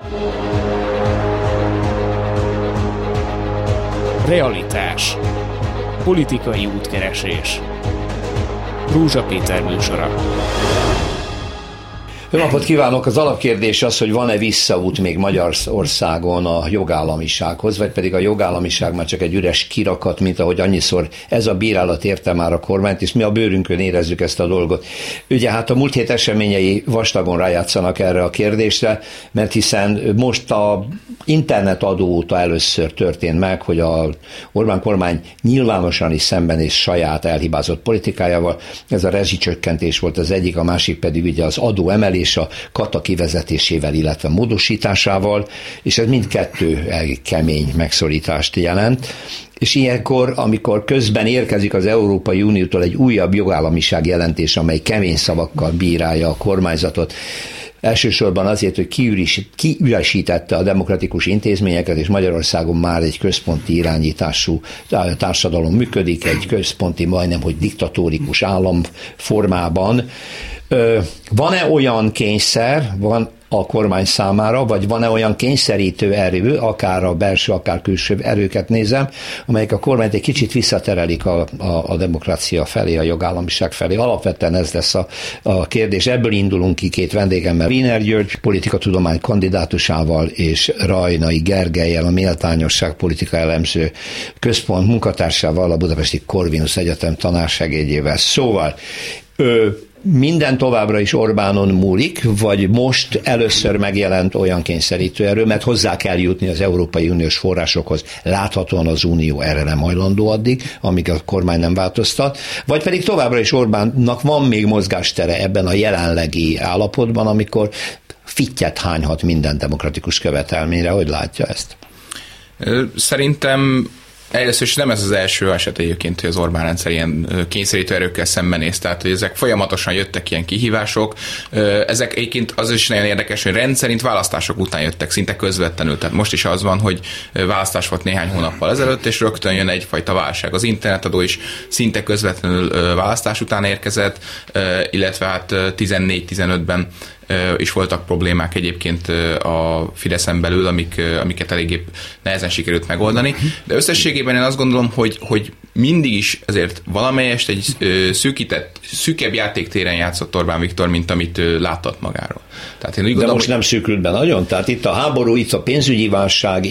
Realitás. Politikai útkeresés. Rózsa Péter műsora. Jó napot kívánok! Az alapkérdés az, hogy van-e visszaút még Magyarországon a jogállamisághoz, vagy pedig a jogállamiság már csak egy üres kirakat, mint ahogy annyiszor ez a bírálat érte már a kormányt, és mi a bőrünkön érezzük ezt a dolgot. Ugye hát a múlt hét eseményei vastagon rájátszanak erre a kérdésre, mert hiszen most a internetadó óta először történt meg, hogy a Orbán kormány nyilvánosan is szembenéz saját elhibázott politikájával. Ez a rezsicsökkentés volt az egyik, a másik pedig ugye az adóemelés a kata kivezetésével, illetve módosításával, és ez mindkettő elég kemény megszorítást jelent. És ilyenkor, amikor közben érkezik az Európai Uniótól egy újabb jogállamiság jelentés, amely kemény szavakkal bírálja a kormányzatot, elsősorban azért, hogy kiüresítette a demokratikus intézményeket, és Magyarországon már egy központi irányítású társadalom működik, egy központi, majdnem, hogy diktatórikus állam formában. Van-e olyan kényszer, van a kormány számára, vagy van-e olyan kényszerítő erő, akár a belső, akár külső erőket nézem, amelyek a kormányt egy kicsit visszaterelik a demokrácia felé, a jogállamiság felé. Alapvetően ez lesz a kérdés. Ebből indulunk ki két vendégemmel. Wiener György politikatudomány kandidátusával és Rajnai Gergellyel, a Méltányosság politika elemző központ munkatársával, a Budapesti Corvinus Egyetem tanársegédjével. Szóval minden továbbra is Orbánon múlik, vagy most először megjelent olyan kényszerítő erő, mert hozzá kell jutni az Európai Uniós forrásokhoz. Láthatóan az Unió erre nem hajlandó addig, amíg a kormány nem változtat, vagy pedig továbbra is Orbánnak van még mozgástere ebben a jelenlegi állapotban, amikor fittyet hányhat minden demokratikus követelményre. Hogy látja ezt? Szerintem először is nem ez az első eset egyébként, hogy az Orbán rendszer ilyen kényszerítő erőkkel szembenéz, tehát hogy ezek folyamatosan jöttek ilyen kihívások. Ezek egyébként az is nagyon érdekes, hogy rendszerint választások után jöttek, szinte közvetlenül. Tehát most is az van, hogy választás volt néhány hónappal ezelőtt, és rögtön jön egyfajta válság. Az internetadó is szinte közvetlenül választás után érkezett, illetve hát 14-15-ben is voltak problémák egyébként a Fideszen belül, amiket eléggé nehezen sikerült megoldani. De összességében én azt gondolom, hogy mindig is azért valamelyest egy szűkebb játéktéren játszott Orbán Viktor, mint amit láthat magáról. Tehát én úgy gondolom, de most nem szűkült be nagyon? Tehát itt a háború, itt a pénzügyi válság,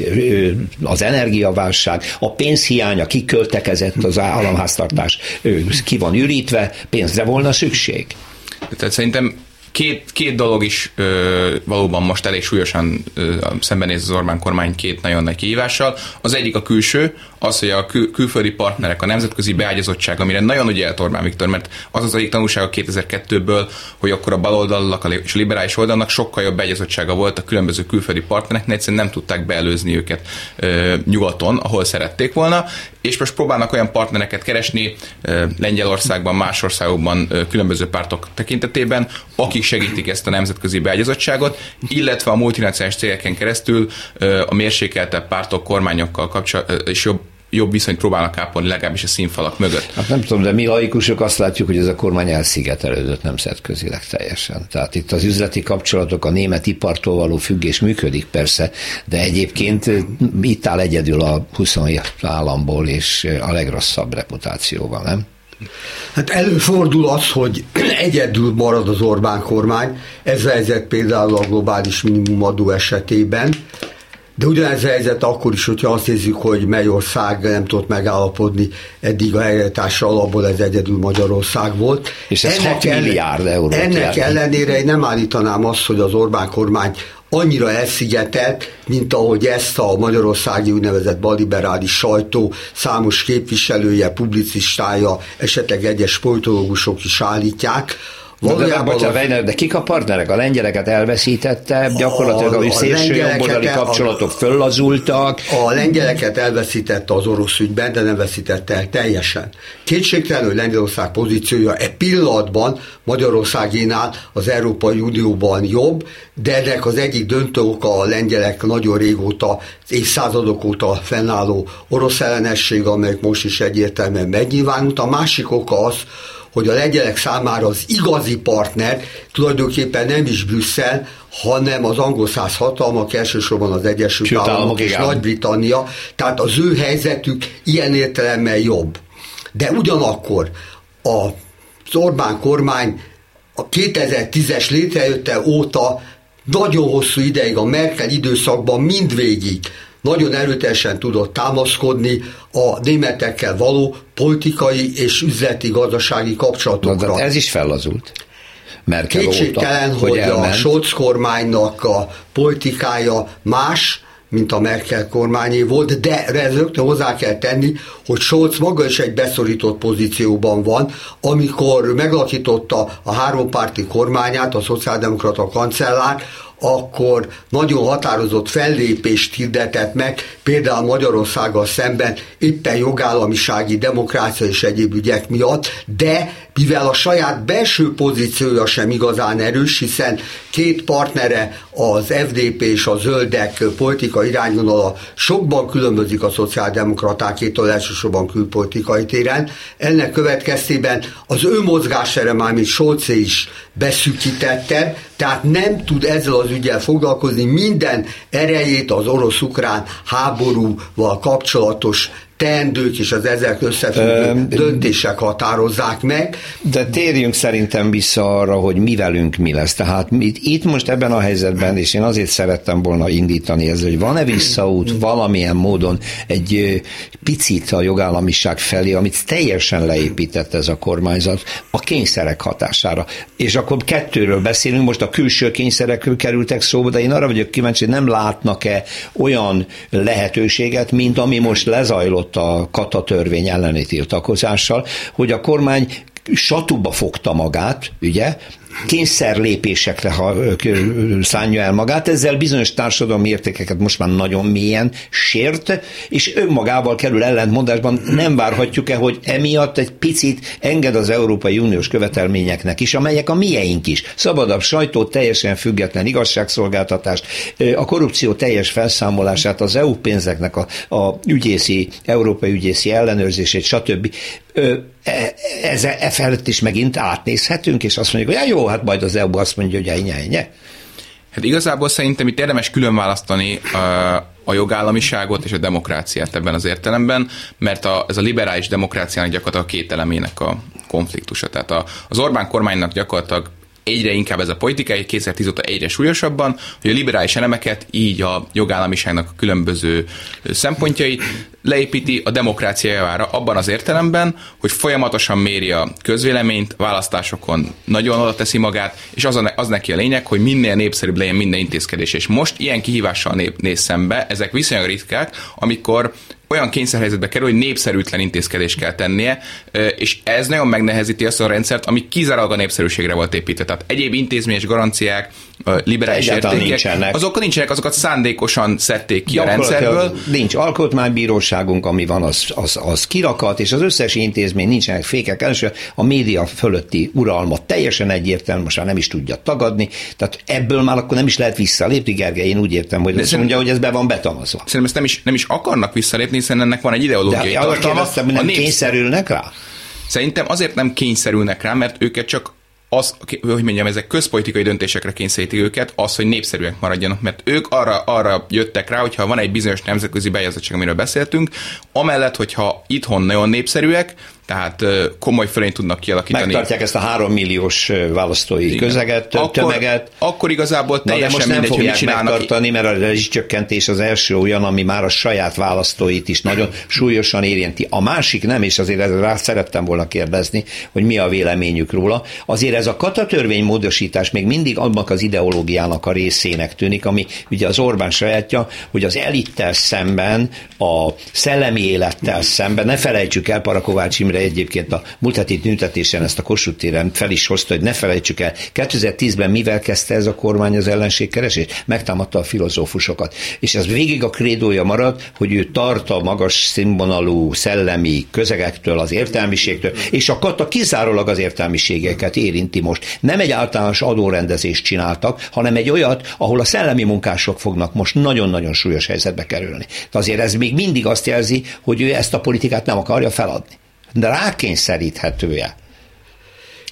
az energiaválság, a pénzhiány, a kiköltekezett az államháztartás, ki van ürítve, pénzre volna szükség? Tehát szerintem Két dolog is valóban most elég súlyosan szembenéz az Orbán kormány két nagyon nagy kihívással. Az egyik a külső, az, hogy a külföldi partnerek, a nemzetközi beágyazottság, amire nagyon ügyelt Orbán Viktor, mert az egyik tanulság a 2002-ből, hogy akkor a baloldalnak és a liberális oldalnak sokkal jobb beágyazottsága volt a különböző külföldi partnereknek, egyszerűen nem tudták beelőzni őket nyugaton, ahol szerették volna, és most próbálnak olyan partnereket keresni Lengyelországban, más országokban, különböző pártok tekintetében, akik segítik ezt a nemzetközi beágyazottságot, illetve a multinacionális cégeken keresztül a mérsékeltebb pártok, kormányokkal kapcsolatban és jobb viszonyt próbálnak ápolni, legalábbis a színfalak mögött. Hát nem tudom, de mi laikusok azt látjuk, hogy ez a kormány elszigetelődött nemzetközileg teljesen. Tehát itt az üzleti kapcsolatok, a német ipartól való függés működik persze, de egyébként itt áll egyedül a 27 államból, és a legrosszabb reputációval, nem? Hát előfordul az, hogy egyedül marad az Orbán kormány, ez a helyzet például a globális minimumadó esetében, de ugyanez a helyzet akkor is, hogyha azt nézzük, hogy mely ország nem tudott megállapodni eddig a helyreállítási alapból, ez egyedül Magyarország volt. És ez 6 milliárd euró. Ennek ellenére én nem állítanám azt, hogy az Orbán kormány annyira elszigetelt, mint ahogy ezt a magyarországi úgynevezett balliberális sajtó számos képviselője, publicistája, esetleg egyes politológusok is állítják. De kik a partnerek? A lengyeleket elveszítette, gyakorlatilag a szélső jobboldali kapcsolatok föllazultak. A lengyeleket elveszítette az orosz ügyben, de nem veszítette el teljesen. Kétségtelenül Lengyelország pozíciója pillanatban Magyarországinál az Európai Unióban jobb, de ennek az egyik döntő oka a lengyelek nagyon régóta, évszázadok óta fennálló orosz ellenesség, amelyek most is egyértelműen megnyilvánult. A másik oka az, hogy a lengyelek számára az igazi partner tulajdonképpen nem is Brüsszel, hanem az angol száz hatalmak, elsősorban az Egyesült Államok és Nagy-Britannia, tehát az ő helyzetük ilyen értelemben jobb. De ugyanakkor az Orbán kormány a 2010-es létrejötte óta nagyon hosszú ideig, a Merkel időszakban mindvégig nagyon erőteljesen tudott támaszkodni a németekkel való politikai és üzleti gazdasági kapcsolatokra. De ez is fellazult. Kétségtelen, hogy a Scholz kormánynak a politikája más, mint a Merkel kormányé volt, de rögtön hozzá kell tenni, hogy Scholz maga is egy beszorított pozícióban van, amikor megalakította a hárompárti kormányát, a szociáldemokrata kancellár, akkor nagyon határozott fellépést hirdetett meg, például Magyarországgal szemben éppen jogállamisági, demokrácia és egyéb ügyek miatt, de mivel a saját belső pozíciója sem igazán erős, hiszen két partnere, az FDP és a Zöldek politikai irányvonala sokban különbözik a szociáldemokratákétól, elsősorban külpolitikai téren. Ennek következtében az ő mozgástere, mármint Scholzé is beszűkítette, tehát nem tud ezzel az ügyel foglalkozni, minden erejét az orosz-ukrán háborúval kapcsolatos teendők és az ezek összefüggő döntések határozzák meg. De térjünk szerintem vissza arra, hogy mi velünk mi lesz. Tehát itt most ebben a helyzetben, és én azért szerettem volna indítani ezzel, hogy van-e visszaút valamilyen módon egy picit a jogállamiság felé, amit teljesen leépített ez a kormányzat a kényszerek hatására. És akkor kettőről beszélünk, most a külső kényszerekről kerültek szóba, de én arra vagyok kíváncsi, hogy nem látnak-e olyan lehetőséget, mint ami most lezajlott a Kata törvény elleni tiltakozással, hogy a kormány satuba fogta magát, ugye, kényszerlépésekre szánja el magát, ezzel bizonyos társadalmi értékeket most már nagyon mélyen sért, és önmagával kerül ellentmondásban. Nem várhatjuk-e, hogy emiatt egy picit enged az Európai Uniós követelményeknek is, amelyek a mieink is. Szabadabb sajtó, teljesen független igazságszolgáltatást, a korrupció teljes felszámolását, az EU pénzeknek a európai ügyészi ellenőrzését, stb. Felett is megint átnézhetünk, és azt mondjuk, hogy jó, hát majd az EU azt mondja, hogy ennyi. Hát igazából szerintem itt érdemes külön választani a jogállamiságot és a demokráciát ebben az értelemben, mert ez a liberális demokráciának gyakorlatilag két elemének a konfliktusa. Tehát az Orbán kormánynak gyakorlatilag egyre inkább ez a politikai, 2010 óta egyre súlyosabban, hogy a liberális elemeket, így a jogállamiságnak a különböző szempontjait leépíti a demokrácia javára abban az értelemben, hogy folyamatosan méri a közvéleményt, választásokon nagyon oda teszi magát, és az neki a lényeg, hogy minél népszerűbb legyen minden intézkedés. És most ilyen kihívással néz szembe, ezek viszonylag ritkák, amikor olyan kényszerhelyzetbe kerül, hogy népszerűtlen intézkedést kell tennie, és ez nagyon megnehezíti azt a rendszert, ami kizárólag a népszerűségre volt építve. Tehát egyéb intézményes garanciák, liberális értékek, azok nincsenek, azokat szándékosan szedték ki a rendszerből. Nincs alkotmánybíróságunk, ami van, az kirakat, és az összes intézmény nincsenek fékek. Először a média fölötti uralmat teljesen egyértelmű, most már nem is tudja tagadni, tehát ebből már akkor nem is lehet visszalépni, Gergely, én úgy értem, hogy azt mondja, hogy ez be van betonozva. Szerintem ezt nem is akarnak visszalépni, hiszen ennek van egy ideológiai tartalma. De kényszerülnek rá? Szerintem azért nem kényszerülnek rá, mert őket csak ezek közpolitikai döntésekre kényszerítik őket, hogy népszerűek maradjanak, mert ők arra jöttek rá, hogyha van egy bizonyos nemzetközi bejelzettség, amiről beszéltünk, amellett, hogyha itthon nagyon népszerűek, tehát komoly fölényt tudnak kialakítani. Megtartják ezt a 3 milliós választói közeget, tömeget. Akkor igazából teljesen mindegy, hogy mit csinálnak. Megtartani, mert a rezsicsökkentés az első olyan, ami már a saját választóit is nagyon súlyosan érinti. A másik nem, és azért rá szerettem volna kérdezni, hogy mi a véleményük róla. Azért ez a Kata törvény módosítás még mindig annak az ideológiának a részének tűnik, ami ugye az Orbán sajátja, hogy az elittel szemben, a szellemi élettel szemben, ne felejtsük el, Parakovács Imre egyébként a múlt heti tüntetésen ezt a Kossuth téren fel is hozta, hogy ne felejtsük el, 2010-ben mivel kezdte ez a kormány az ellenségkeresést? Megtámadta a filozófusokat. És ez végig a krédója marad, hogy ő tart a magas színvonalú szellemi közegektől, az értelmiségtől, és a Kata kizárólag az értelmiségeket érinti most. Nem egy általános adórendezést csináltak, hanem egy olyat, ahol a szellemi munkások fognak most nagyon-nagyon súlyos helyzetbe kerülni. De azért ez még mindig azt jelzi, hogy ő ezt a politikát nem akarja feladni. De rákényszeríthető-e?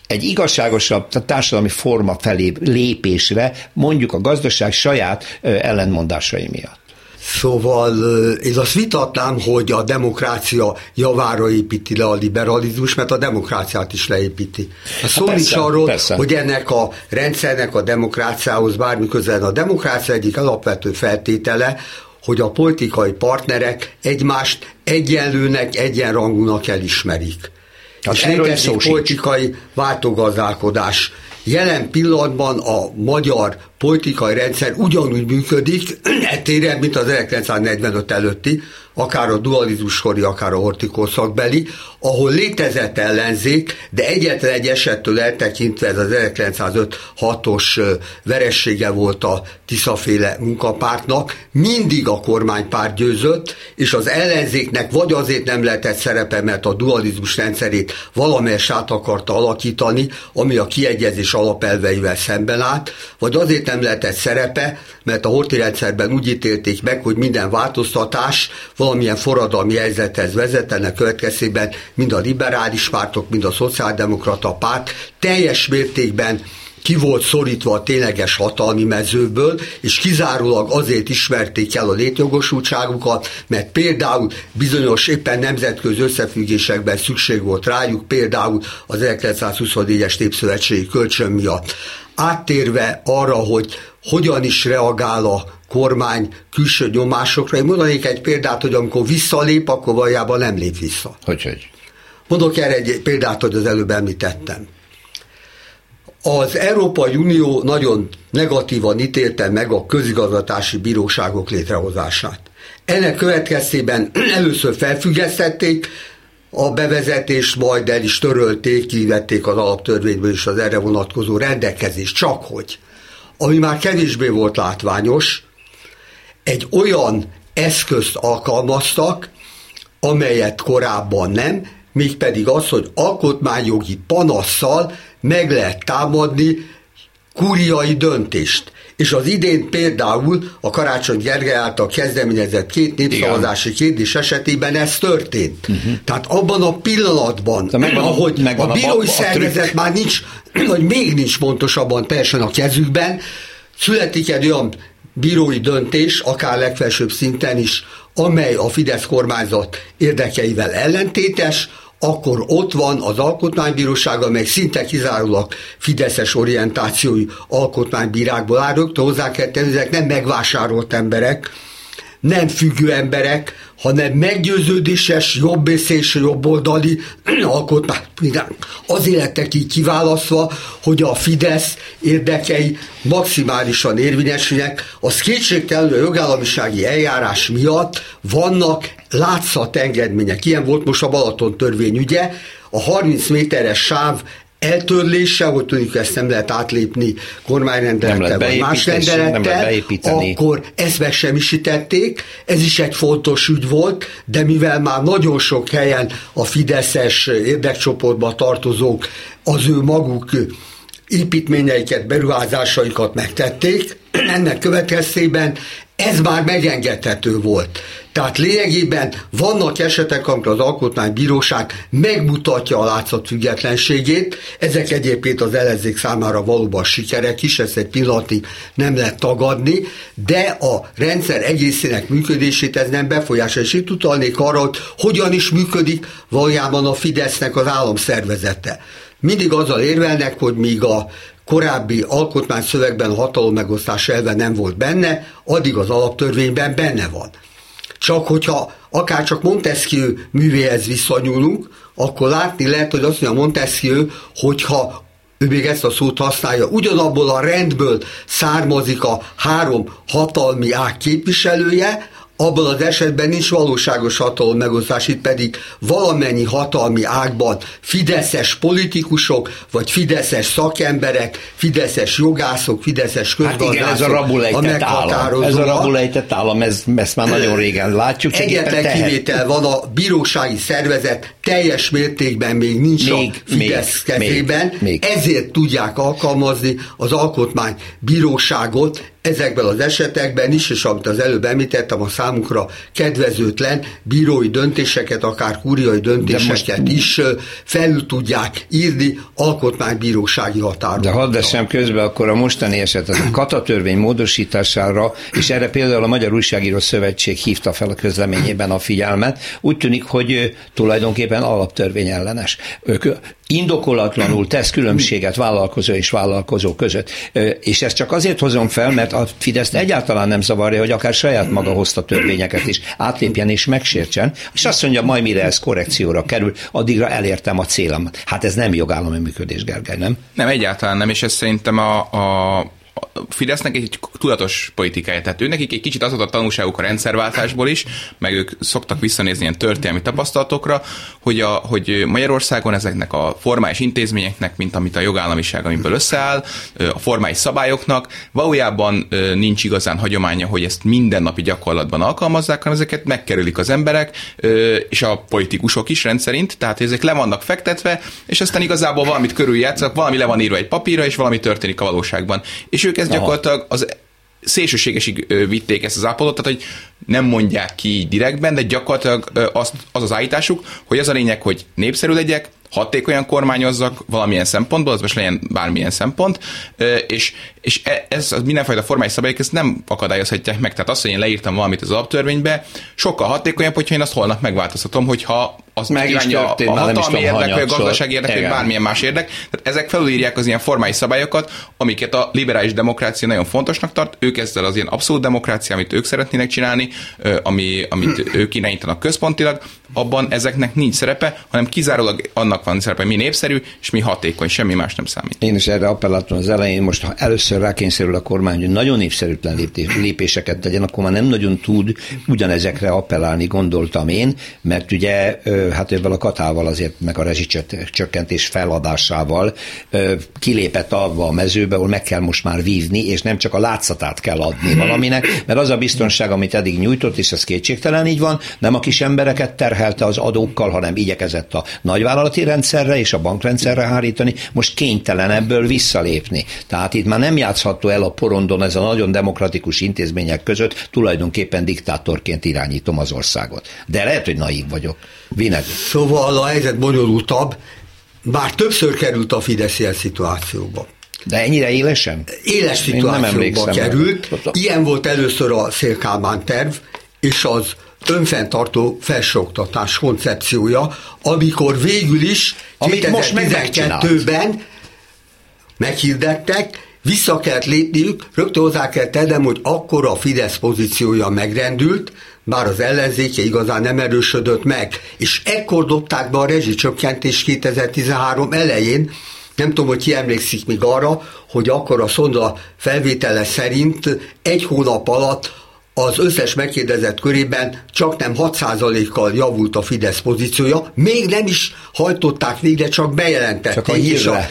egy igazságosabb társadalmi forma felé lépésre, mondjuk a gazdaság saját ellentmondásai miatt. Szóval én azt vitatnám, hogy a demokrácia javára építi le a liberalizmus, mert a demokráciát is leépíti. Szó nincs arról, hogy ennek a rendszernek a demokráciához bármi közel. A demokrácia egyik alapvető feltétele, hogy a politikai partnerek egymást egyenlőnek, egyenrangúnak elismerik. És elkezdik politikai váltogazdálkodás. Jelen pillanatban a magyar politikai rendszer ugyanúgy működik, ettéren, mint az 1945 előtti, akár a dualizmuskori, akár a horthy-korszakbeli, ahol létezett ellenzék, de egyetlen egy esettől eltekintve ez az 1905-6-os veressége volt a Tisza-féle munkapártnak, mindig a kormánypárt győzött, és az ellenzéknek vagy azért nem lehetett szerepe, mert a dualizmus rendszerét valamelyest át akarta alakítani, ami a kiegyezés alapelveivel szemben állt, vagy azért nem lehetett szerepe, mert a Horthy rendszerben úgy ítélték meg, hogy minden változtatás valamilyen forradalmi helyzethez vezet, ennek következtében mind a liberális pártok, mind a szociáldemokrata párt teljes mértékben ki volt szorítva a tényleges hatalmi mezőből, és kizárólag azért ismerték el a létjogosultságukat, mert például bizonyos éppen nemzetközi összefüggésekben szükség volt rájuk, például az 1924-es népszövetségi kölcsön miatt. Áttérve arra, hogy hogyan is reagál a kormány külső nyomásokra, én mondanék egy példát, hogy amikor visszalép, akkor valójában nem lép vissza. Hogy? Mondok erre egy példát, hogy az előbb említettem. Az Európai Unió nagyon negatívan ítélte meg a közigazgatási bíróságok létrehozását. Ennek következtében először felfüggesztették a bevezetést, majd el is törölték, kivették az alaptörvényből is az erre vonatkozó rendelkezést. Csak hogy, ami már kevésbé volt látványos, egy olyan eszközt alkalmaztak, amelyet korábban nem, mégpedig az, hogy alkotmányjogi panasszal meg lehet támadni kúriai döntést. És az idén például a Karácsony Gergely által kezdeményezett 2 népszavazási kérdés esetében ez történt. Tehát abban a pillanatban, ahogy a bírói szervezet már nincs, vagy még nincs pontosabban teljesen a kezükben, születik egy olyan bírói döntés, akár legfelsőbb szinten is, amely a Fidesz kormányzat érdekeivel ellentétes, akkor ott van az alkotmánybíróság, amely szinte kizárólag fideszes orientációi alkotmánybírákból áll. Rögtön hozzá kell tenni, ezek nem megvásárolt emberek, nem függő emberek, hanem meggyőződéses, jobbészés, jobboldali alkotmánybírák. Azért lettek így kiválasztva, hogy a Fidesz érdekei maximálisan érvényesülnek. Az kétségtelenül a jogállamisági eljárás miatt vannak látszatengedmények. Ilyen volt most a Balaton törvény ügye, a 30 méteres sáv eltörlése, hogy tudjuk, ezt nem lehet átlépni kormányrendelettel vagy más rendelettel, akkor ezt megsemmisítették, ez is egy fontos ügy volt, de mivel már nagyon sok helyen a fideszes érdekcsoportba tartozók az ő maguk építményeiket, beruházásaikat megtették, ennek következtében ez már megengedhető volt. Tehát lényegében vannak esetek, amikor az Alkotmánybíróság megmutatja a látszat függetlenségét, ezek egyébként az ellenzék számára valóban sikerek is, ezt egy pillanatig nem lehet tagadni, de a rendszer egészének működését ez nem befolyásolja. És itt utalnék arra, hogy hogyan is működik valójában a Fidesznek az államszervezete. Mindig azzal érvelnek, hogy míg a korábbi alkotmányszövegben a hatalommegosztás elve nem volt benne, addig az alaptörvényben benne van. Csak hogyha akár csak Montesquieu művéhez visszanyúlunk, akkor látni lehet, hogy azt mondja Montesquieu, hogyha ő még ezt a szót használja, ugyanabból a rendből származik a 3 hatalmi ág képviselője, abban az esetben nincs valóságos hatalom megosztás, itt pedig valamennyi hatalmi ágban fideszes politikusok, vagy fideszes szakemberek, fideszes jogászok, fideszes közgazdászok, hát igen, ez a rabulejtett állam. Ez a rabulejtett állam, ezt már nagyon régen látjuk. Egyetlen kivétel van, a bírósági szervezet teljes mértékben még nincs a Fidesz kezében, ezért tudják alkalmazni az alkotmánybíróságot ezekben az esetekben is, és amit az előbb említettem, a számukra kedvezőtlen bírói döntéseket, akár kúriai döntéseket is felül tudják írni alkotmánybírósági határozattal. De hadd veszem közben akkor a mostani eset, a katatörvény módosítására, és erre például a Magyar Újságíró Szövetség hívta fel a közleményében a figyelmet, úgy tűnik, hogy tulajdonképpen alaptörvény ellenes. Ők indokolatlanul tesz különbséget vállalkozó és vállalkozó között. És ezt csak azért hozom fel, mert a Fideszt egyáltalán nem zavarja, hogy akár saját maga hozta törvényeket is átlépjen és megsértsen, és azt mondja, majd mire ez korrekcióra kerül, addigra elértem a célomat. Hát ez nem jogállami működés, Gergely, nem? Nem, egyáltalán nem, és ez szerintem a Fidesznek egy tudatos politikája. Tehát őnekik egy kicsit az volt a tanulságuk a rendszerváltásból is, meg ők szoktak visszanézni ilyen történelmi tapasztalatokra, hogy Magyarországon ezeknek a formális intézményeknek, mint amit a jogállamiság, amiből összeáll, a formális szabályoknak valójában nincs igazán hagyománya, hogy ezt mindennapi gyakorlatban alkalmazzák, hanem ezeket megkerülik az emberek, és a politikusok is rendszerint, tehát ezek le vannak fektetve, és aztán igazából valamit körüljátszanak, valami le van írva egy papírra, és valami történik a valóságban. És ők ezt gyakorlatilag az szélsőségesig vitték ezt az állapotot, tehát hogy nem mondják ki így direktben, de gyakorlatilag az állításuk, hogy az a lényeg, hogy népszerű legyek, hatékonyan kormányozzak valamilyen szempontból, az most legyen bármilyen szempont, és ez mindenfajta formális szabályok ezt nem akadályozhatják meg. Tehát azt, hogy én leírtam valamit az alaptörvénybe, sokkal hatékonyabb, hogyha én azt holnap megváltoztatom, hogyha az kívánja a hatalmi érdek, vagy a gazdasági érdek, vagy bármilyen más érdek. Tehát ezek felülírják az ilyen formális szabályokat, amiket a liberális demokrácia nagyon fontosnak tart. Ők ezzel az ilyen abszolút demokrácia, amit ők szeretnének csinálni, amit ők irányítanak központilag, abban ezeknek nincs szerepe, hanem kizárólag annak van szerepe, mi népszerű, és mi hatékony, semmi más nem számít. Én is erre appelláltam az elején, most ha először rákényszerül a kormány, hogy nagyon népszerűtlen lépéseket tegyen, akkor már nem nagyon tud ugyanezekre appellálni, gondoltam én, mert ugye hát ebben a katával azért, meg a rezsicsökkentés feladásával kilépett abba a mezőbe, ahol meg kell most már vívni, és nem csak a látszatát kell adni valaminek, mert az a biztonság, amit eddig nyújtott, és ez kétségtelen így van, nem a kis embereket terhelte az adókkal, hanem igyekezett a nagyvállalati rendszerre és a bankrendszerre hárítani, most kénytelen ebből visszalépni. Tehát itt már nem játszható el a porondon ez a nagyon demokratikus intézmények között, tulajdonképpen diktátorként irányítom az országot. De lehet, hogy naív vagyok. Vineg. Szóval a helyzet bonyolultabb, bár többször került a Fidesz ilyen szituációba. De ennyire élesen? Éles szituációba került. Ilyen volt először a Széll-Kálmán terv, és az önfenntartó felsőoktatás koncepciója, amikor végül is 2012-ben meghirdettek, vissza kellett lépniük, rögtön hozzá kell tennem, hogy akkor a Fidesz pozíciója megrendült, bár az ellenzéke igazán nem erősödött meg, és ekkor dobták be a rezsicsökkentést 2013 elején. Nem tudom, hogy ki emlékszik még arra, hogy akkor a szonda felvétele szerint egy hónap alatt az összes megkérdezett körében csaknem 6%-kal javult a Fidesz pozíciója, még nem is hajtották végre, csak bejelentették, és a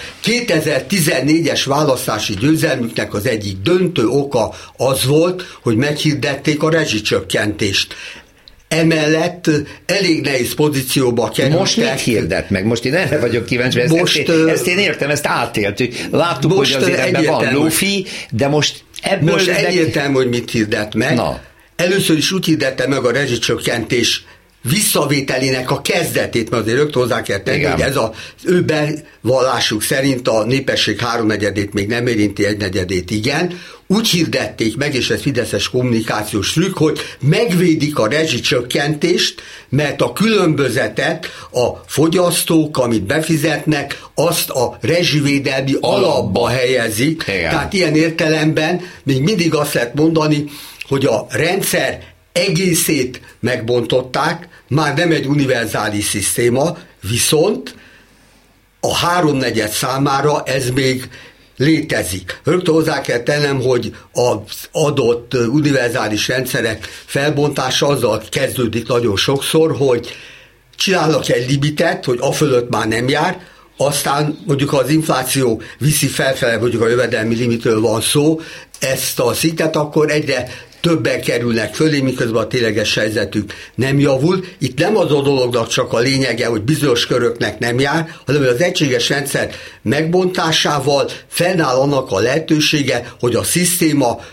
2014-es választási győzelmüknek az egyik döntő oka az volt, hogy meghirdették a rezsicsökkentést. Emellett elég nehéz pozícióba kerültek. Most mit hirdet meg? Most én erre vagyok kíváncsi, ezt én értem, ezt átéltük. Láttuk, hogy azért ebben van lófi, de most ebből... Most egyértelmű, hogy mit hirdet meg. Na. Először is úgy hirdette meg a rezsicsökkentés visszavételének a kezdetét, mert azért rögtön hozzá kell tenni, hogy ez az ő bevallásuk szerint a népesség 3/4 még nem érinti, 1/4 igen. Úgy hirdették meg, és ez fideszes kommunikációs trükk, hogy megvédik a rezsicsökkentést, mert a különbözetet a fogyasztók, amit befizetnek, azt a rezsivédelmi alapba helyezik. Igen. Tehát ilyen értelemben még mindig azt lehet mondani, hogy a rendszer egészét megbontották, már nem egy univerzális szisztéma, viszont a 3/4 számára ez még létezik. Rögtön hozzá kell tennem, hogy az adott univerzális rendszerek felbontása azzal kezdődik nagyon sokszor, hogy csinálnak egy limitet, hogy afölött már nem jár, aztán mondjuk az infláció viszi felfele, mondjuk a jövedelmi limitről van szó, ezt a szintet, akkor egyre többen kerülnek fölé, miközben a tényleges helyzetük nem javul. Itt nem az a dolognak csak a lényege, hogy bizonyos köröknek nem jár, hanem az egységes rendszer megbontásával fennáll annak a lehetősége, hogy a szisztéma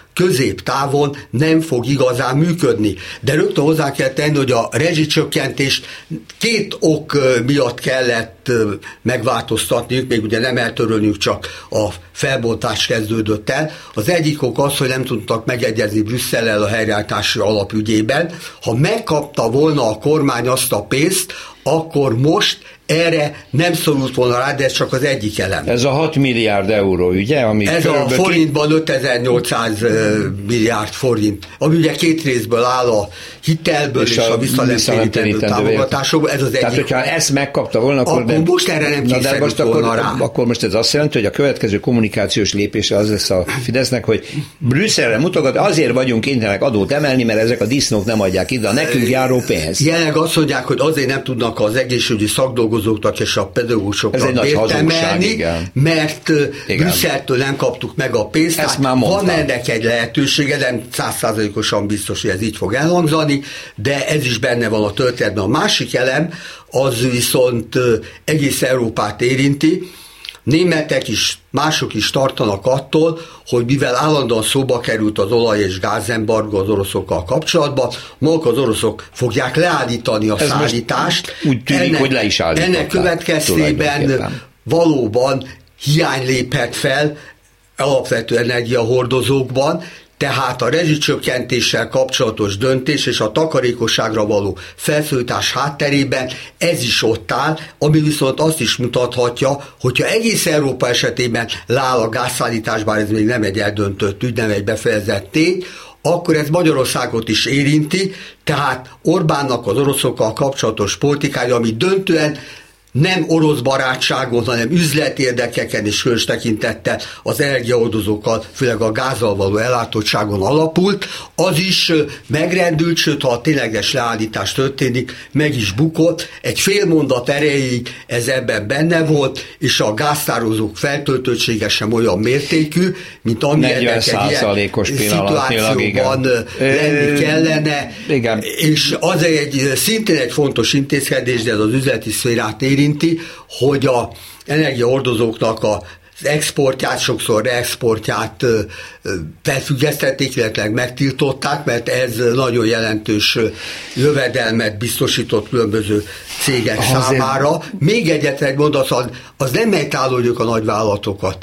középtávon nem fog igazán működni. De rögtön hozzá kell tenni, hogy a rezsicsökkentést 2 ok miatt kellett megváltoztatniuk, még ugye nem eltörölniük, csak a felbontás kezdődött el. Az egyik ok az, hogy nem tudtak megegyezni Brüsszellel a helyreállítási alapügyében. Ha megkapta volna a kormány azt a pénzt, akkor most erre nem szorult volna rá, de ez csak az egyik elem. Ez a 6 milliárd euró, ugye? Ami ez a forintban 5800 milliárd forint, ami ugye 2 részből áll, a hitelből és a visszanemtérítendő támogatásokból. Ez az egyik. Tehát, hogyha ezt megkapta volna, akkor most erre nem készült volna rá. Akkor most ez azt jelenti, hogy a következő kommunikációs lépése az lesz a Fidesznek, hogy Brüsszelre mutogat, azért vagyunk kénytelenek adót emelni, mert ezek a disznók nem adják ide a nekünk járó pénzt. Jelenleg azt mondják, hogy azért nem tudnak az egészségügyi szakdolgozóknak és a pedagógusoknak bért emelni, mert Brüsszeltől nem kaptuk meg a pénzt. Van ennek egy lehetősége, nem 100%-osan biztos, hogy ez így fog elhangzani, de ez is benne van a történetben. A másik elem, az viszont egész Európát érinti. Németek is, mások is tartanak attól, hogy mivel állandóan szóba került az olaj- és gázembargó az oroszokkal kapcsolatban, maguk az oroszok fogják leállítani a szállítást. Úgy tűnik, hogy le is állították. Ennek következtében valóban hiány léphet fel alapvető energiahordozókban, tehát a rezsicsökkentéssel kapcsolatos döntés és a takarékosságra való felszólítás hátterében ez is ott áll, ami viszont azt is mutathatja, hogyha egész Európa esetében leáll a gázszállítás, bár ez még nem egy eldöntött ügy, nem egy befejezett tény, akkor ez Magyarországot is érinti, tehát Orbánnak az oroszokkal kapcsolatos politikája, ami döntően nem orosz barátságon, hanem üzletérdekeken és különös tekintettel az energiahordozókkal, főleg a gázzal való ellátottságon alapult, az is megrendült, sőt, ha a tényleges leállítás történik, meg is bukott. Egy fél mondat erejéig ez ebben benne volt, és a gáztározók feltöltöttsége sem olyan mértékű, mint amilyenek egy ilyen szituációban lenni kellene. Igen. És az szintén egy fontos intézkedés, de ez az üzleti szférát érinti, hogy az energiahordozóknak az exportját, sokszor reexportját felfüggesztették, illetve megtiltották, mert ez nagyon jelentős jövedelmet biztosított különböző cégek számára. Még egyetlen mondat, az nem megtállódjuk a nagyvállalatokat,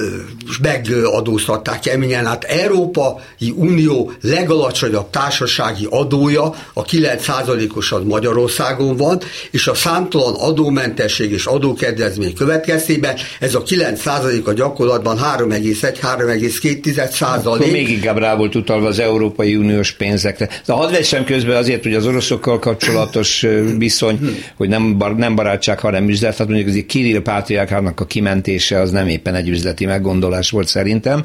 megadóztatták keményen. Hát Európai Unió legalacsonyabb társasági adója, a 9%-os az Magyarországon van, és a számtalan adómentesség és adókedvezmény következtében ez a 9% a gyakorlatban 3,1-3,2%. Akkor még inkább rá volt utalva az Európai Uniós pénzekre. De hadd vessem közben azért, hogy az oroszokkal kapcsolatos viszony, hogy nem barátság, hanem üzlet, hát mondjuk az Kirill pátriárkának a kimentése az nem éppen egy üzleti meggondolás volt szerintem.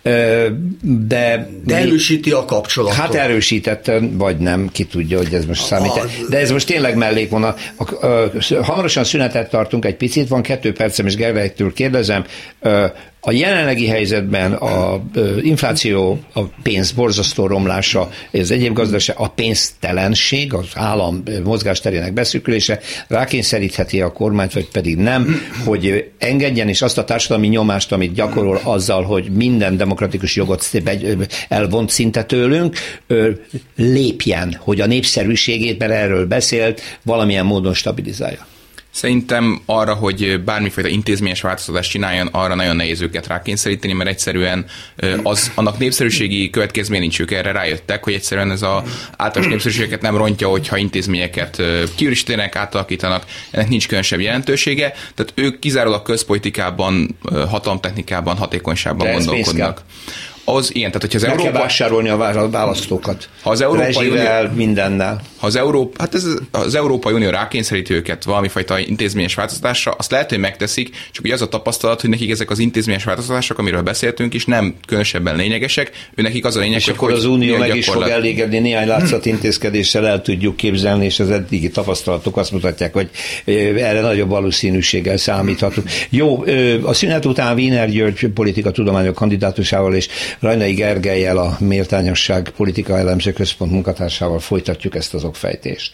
De erősíti a kapcsolatot. Hát erősítette, vagy nem, ki tudja, hogy ez most számít. De ez most tényleg mellékvonal. Hamarosan szünetet tartunk egy picit, van 2 percem, és Gergelytől kérdezem, a jelenlegi helyzetben az infláció, a pénz borzasztó romlása, az egyéb gazdaság, a pénztelenség, az állam mozgásterének beszűkülése rákényszerítheti a kormányt, vagy pedig nem, hogy engedjen, és azt a társadalmi nyomást, amit gyakorol azzal, hogy minden demokratikus jogot elvont szinte tőlünk, lépjen, hogy a népszerűségét, mert erről beszélt, valamilyen módon stabilizálja. Szerintem arra, hogy bármifajta intézményes változtatást csináljon, arra nagyon nehéz őket rákényszeríteni, mert egyszerűen annak népszerűségi következmény nincs, ők erre rájöttek, hogy egyszerűen ez az általános népszerűségeket nem rontja, hogyha intézményeket kiürítenek, átalakítanak, ennek nincs különösebb jelentősége, tehát ők kizárólag közpolitikában, hatalomtechnikában, hatékonyságban gondolkodnak. Igen, tehát hogyha az Európa... kell vásárolni a választókat. Ha az Európai Unió... mindennel. Ha az Európai Unió rákényszeríti őket valamifajta intézményes változtatásra, azt lehet, hogy megteszik, csak ugye az a tapasztalat, hogy nekik ezek az intézményes változtatások, amiről beszéltünk is, nem különösebben lényegesek, nekik az a lényeg, és hogy akkor az Unió meg is fog elégedni, néhány látszatintézkedéssel el tudjuk képzelni, és az eddigi tapasztalatok azt mutatják, hogy erre nagyobb valószínűséggel számíthatunk. Jó, a szünet után Wiener György politikatudományok kandidátusával és Rajnai Gergellyel, a Méltányosság Politika Elemző Központ munkatársával folytatjuk ezt az okfejtést.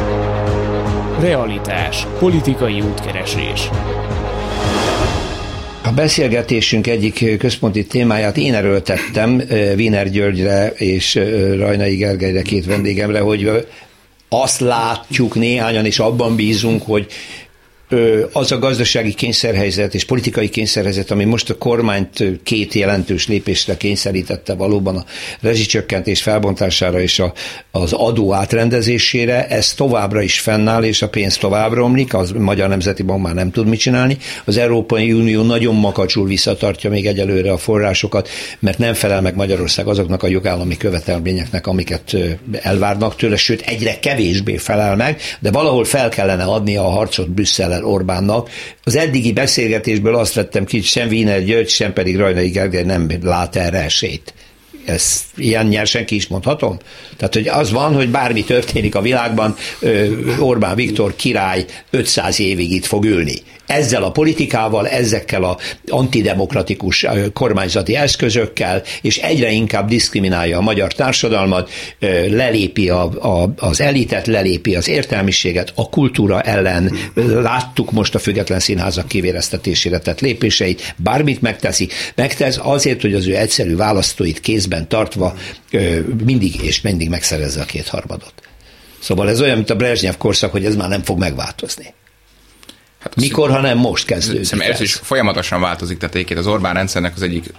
Realitás. Politikai útkeresés. A beszélgetésünk egyik központi témáját én erőltettem Wiener Györgyre és Rajnai Gergelyre, két vendégemre, hogy azt látjuk néhányan, és abban bízunk, hogy az a gazdasági kényszerhelyzet és politikai kényszerhelyzet, ami most a kormányt két jelentős lépésre kényszerítette valóban a rezsicsökkentés felbontására és az adó átrendezésére, ez továbbra is fennáll, és a pénz tovább romlik, az Magyar Nemzeti Bank már nem tud mit csinálni. Az Európai Unió nagyon makacsul visszatartja még egyelőre a forrásokat, mert nem felel meg Magyarország azoknak a jogállami követelményeknek, amiket elvárnak tőle, sőt egyre kevésbé felel meg, de valahol fel kellene adni a harcot Brüsszellel Orbánnak. Az eddigi beszélgetésből azt vettem ki, hogy sem Wiener György, sem pedig Rajnai Gergely nem lát erre esélyt. Ezt ilyen nyersen ki is mondhatom? Tehát, hogy az van, hogy bármi történik a világban, Orbán Viktor király 500 évig itt fog ülni. Ezzel a politikával, ezekkel az antidemokratikus kormányzati eszközökkel, és egyre inkább diszkriminálja a magyar társadalmat, lelépi az elitet, lelépi az értelmiséget, a kultúra ellen. Láttuk most a független színházak kivéreztetésére tett lépéseit, bármit megtesz azért, hogy az ő egyszerű választóit kézben tartva mindig és mindig megszerezze a kétharmadot. Szóval ez olyan, mint a Brezsnyev korszak, hogy ez már nem fog megváltozni. Hát mikor, ha nem most kezdődik. Ez is folyamatosan változik, tehát egyébként az Orbán rendszernek az egyik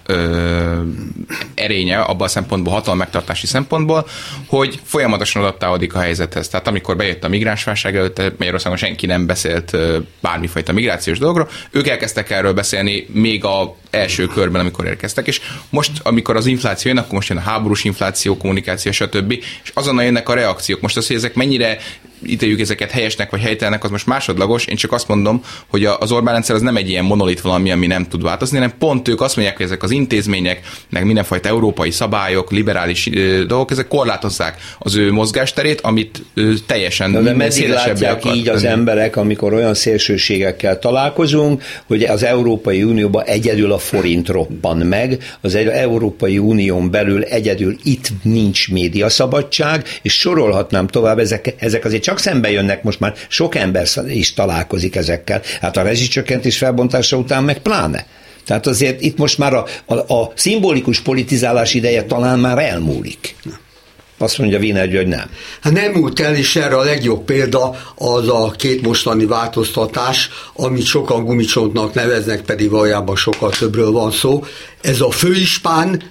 erénye abban a szempontból, hatalom megtartási szempontból, hogy folyamatosan adaptálódik a helyzethez. Tehát amikor bejött a migránsválság előtt, Magyarországon senki nem beszélt bármifajta migrációs dologról, ők elkezdtek erről beszélni még az első körben, amikor érkeztek, és most, amikor az infláció jön, akkor most jön a háborús infláció, kommunikáció, stb. És azonnal jönnek a reakciók. Most az, hogy ezek mennyire ítéljük ezeket helyesnek vagy helytelennek, az most másodlagos. Én csak azt mondom, hogy az Orbán rendszer az nem egy ilyen monolit valami, ami nem tud változni, hanem pont ők azt mondják, hogy ezek az intézmények, meg mindenfajta európai szabályok, liberális dolgok, ezek korlátozzák az ő mozgásterét, amit teljesen de meddig látják így az emberek, amikor olyan szélsőségekkel találkozunk, hogy az Európai Unióban egyedül a forint roppan meg, az Európai Unión belül egyedül itt nincs médiaszabadság, és sorolhatnám tovább, ezek azért csak szembe jönnek, most már sok ember is találkozik ezekkel. Hát a rezsicsökkentés felbontása után meg pláne. Tehát azért itt most már a szimbolikus politizálás ideje talán már elmúlik. Azt mondja Wiener György, nem. Hát nem múlt el, és erre a legjobb példa az a két mostani változtatás, amit sokan gumicsontnak neveznek, pedig valójában sokkal többről van szó. Ez a főispán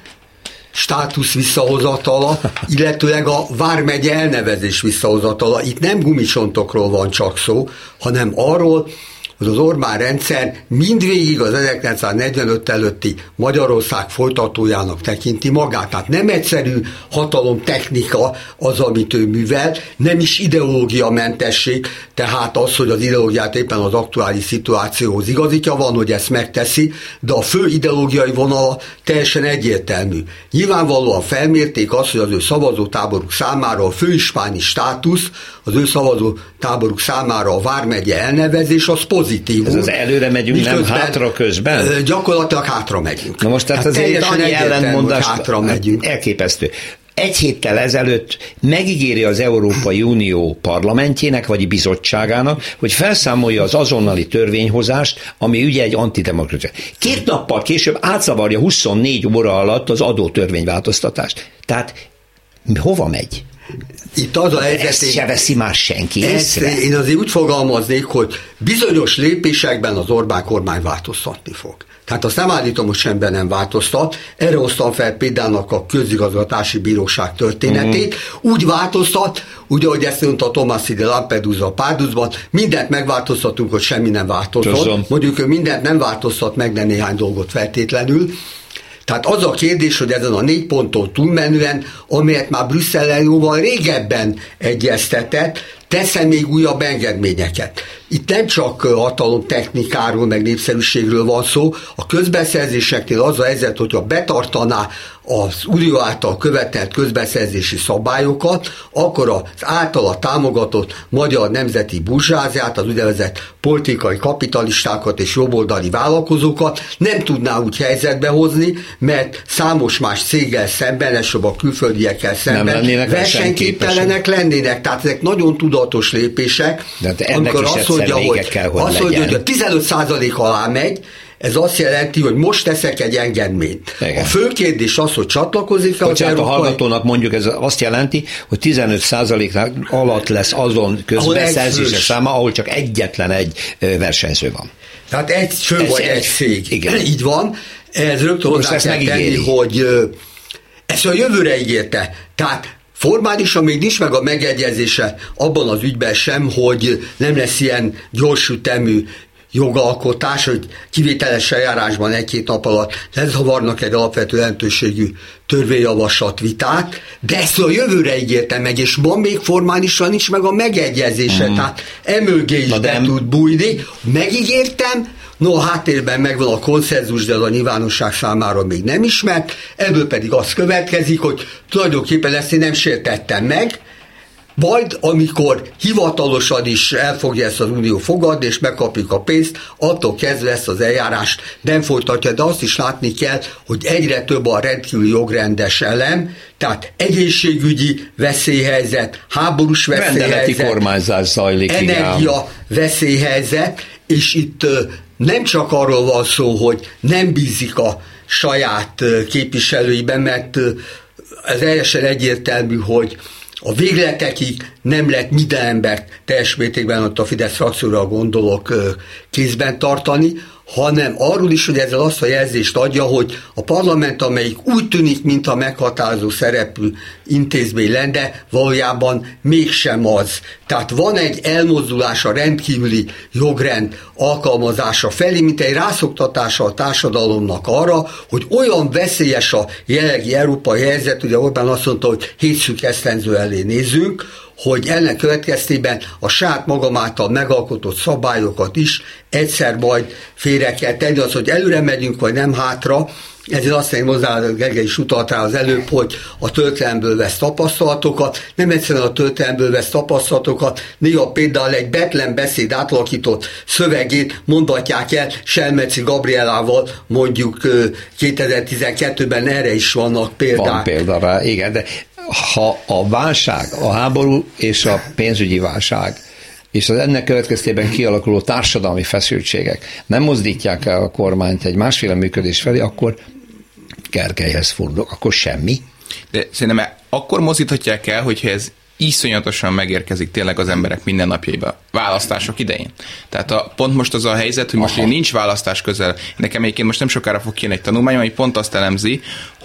státusz visszahozatala, illetőleg a vármegye elnevezés visszahozatala. Itt nem gumicsontokról van csak szó, hanem arról, hogy az Orbán rendszer mindvégig az 1945 előtti Magyarország folytatójának tekinti magát. Tehát nem egyszerű hatalomtechnika az, amit ő művel, nem is ideológiamentesség, tehát az, hogy az ideológiát éppen az aktuális szituációhoz igazítja, van, hogy ezt megteszi, de a fő ideológiai vonala teljesen egyértelmű. Nyilvánvalóan felmérték azt, hogy az ő szavazótáboruk számára a főispáni státusz, az ő szavazótáboruk számára a vármegye elnevezés, az pozitív. Ez az előre megyünk, nem hátra közben? Gyakorlatilag hátra megyünk. Na most tehát azért annyi ellentmondás hátra megyünk. Elképesztő. Egy héttel ezelőtt megígéri az Európai Unió parlamentjének, vagy bizottságának, hogy felszámolja az azonnali törvényhozást, ami ugye egy antidemokratia. 2 nappal később átszavarja 24 óra alatt az adótörvényváltoztatást. Tehát hova megy? Itt az a helyzet, ezt se veszi már senki észre. Én azért úgy fogalmaznék, hogy bizonyos lépésekben az Orbán kormány változtatni fog. Tehát azt nem állítom, hogy semben nem változtat. Erre hoztam fel például a közigazgatási bíróság történetét. Úgy változtat, úgy, ahogy ezt mondta a Tomassi de Lampedusa a Párducban, mindent megváltoztatunk, hogy semmi nem változott. Mondjuk ő mindent nem változtat meg, de néhány dolgot feltétlenül. Tehát az a kérdés, hogy ezen a 4 ponton túlmenően, amelyet már Brüsszellel jóval régebben egyeztetett, tesz-e még újabb engedményeket. Itt nem csak hatalomtechnikáról, meg népszerűségről van szó, a közbeszerzéseknél az a helyzet, hogyha betartaná az Unió által követelt közbeszerzési szabályokat, akkor az általa támogatott magyar nemzeti burzsázsiát, az úgynevezett politikai kapitalistákat és jobboldali vállalkozókat nem tudná úgy helyzetbe hozni, mert számos más céggel szemben, elsőbb a külföldiekkel szemben versenyképtelenek lennének. Tehát ezek nagyon tudatos lépések. De ennek is azt mondja, hogy 15% alá megy, ez azt jelenti, hogy most teszek egy engedményt. Igen. A fő kérdés az, hogy csatlakozik-e az európai... A hallgatónak mondjuk ez azt jelenti, hogy 15% alatt lesz azon közbeszerzések száma, ahol csak egyetlen egy versenyző van. Tehát egy fő vagy egy cég. Igen. Így van. Ez rögtön hozzá kell tenni, hogy ezt a jövőre ígérte. Tehát formálisan még nincs meg a megegyezése abban az ügyben sem, hogy nem lesz ilyen gyorsütemű jogalkotás, hogy kivételes eljárásban 1-2 nap alatt lezavarnak egy alapvető jelentőségű törvényjavaslat vitát, de ezt a jövőre ígérte meg, és ma még formálisan nincs meg a megegyezése, tehát emögé is be tud bújni. Megígértem, no, a háttérben megvan a konszenzus, de az a nyilvánosság számára még nem ismert, ebből pedig az következik, hogy tulajdonképpen ezt én nem sértettem meg, majd amikor hivatalosan is el fogja ezt az Unió fogadni, és megkapjuk a pénzt, attól kezdve ezt az eljárást nem folytatja, de azt is látni kell, hogy egyre több a rendkívüli jogrendes elem, tehát egészségügyi veszélyhelyzet, háborús veszélyhelyzet, kormányzás zajlik, energia veszélyhelyzet, és itt nem csak arról van szó, hogy nem bízik a saját képviselőiben, mert ez teljesen egyértelmű, hogy a végletekig nem lehet minden embert teljes mértékben, ott a Fidesz frakcióra gondolok, kézben tartani, hanem arról is, hogy ezzel azt a jelzést adja, hogy a parlament, amelyik úgy tűnik, mintha meghatározó szerepű intézmény lenne, valójában mégsem az. Tehát van egy elmozdulás a rendkívüli jogrend alkalmazása felé, mint egy rászoktatása a társadalomnak arra, hogy olyan veszélyes a jelenlegi európai helyzet, ugye Orbán azt mondta, hogy 7 szűk esztendő elé nézünk, hogy ennek következtében a saját magam által megalkotott szabályokat is egyszer majd félre kell tenni, az, hogy előre megyünk, vagy nem hátra. Ezért azt mondom, hozzá, Gergely is utalt rá az előbb, hogy a történelemből vesz tapasztalatokat, nem egyszerűen a történelemből vesz tapasztalatokat, néha például egy Betlen beszéd átalakított szövegét mondhatják el Selmeci Gabrielával, mondjuk 2012-ben erre is vannak példák. Van példa rá, igen, de ha a válság, a háború és a pénzügyi válság és az ennek következtében kialakuló társadalmi feszültségek nem mozdítják el a kormányt egy másféle működés felé, akkor Gergelyhez fordulok, akkor semmi. De szerintem akkor mozdíthatják el, hogyha ez iszonyatosan megérkezik tényleg az emberek mindennapjaiba, választások idején. Tehát pont most az a helyzet, hogy most nincs választás közel. Nekem egyébként most nem sokára fog kijönni egy tanulmány, ami pont azt elemzi,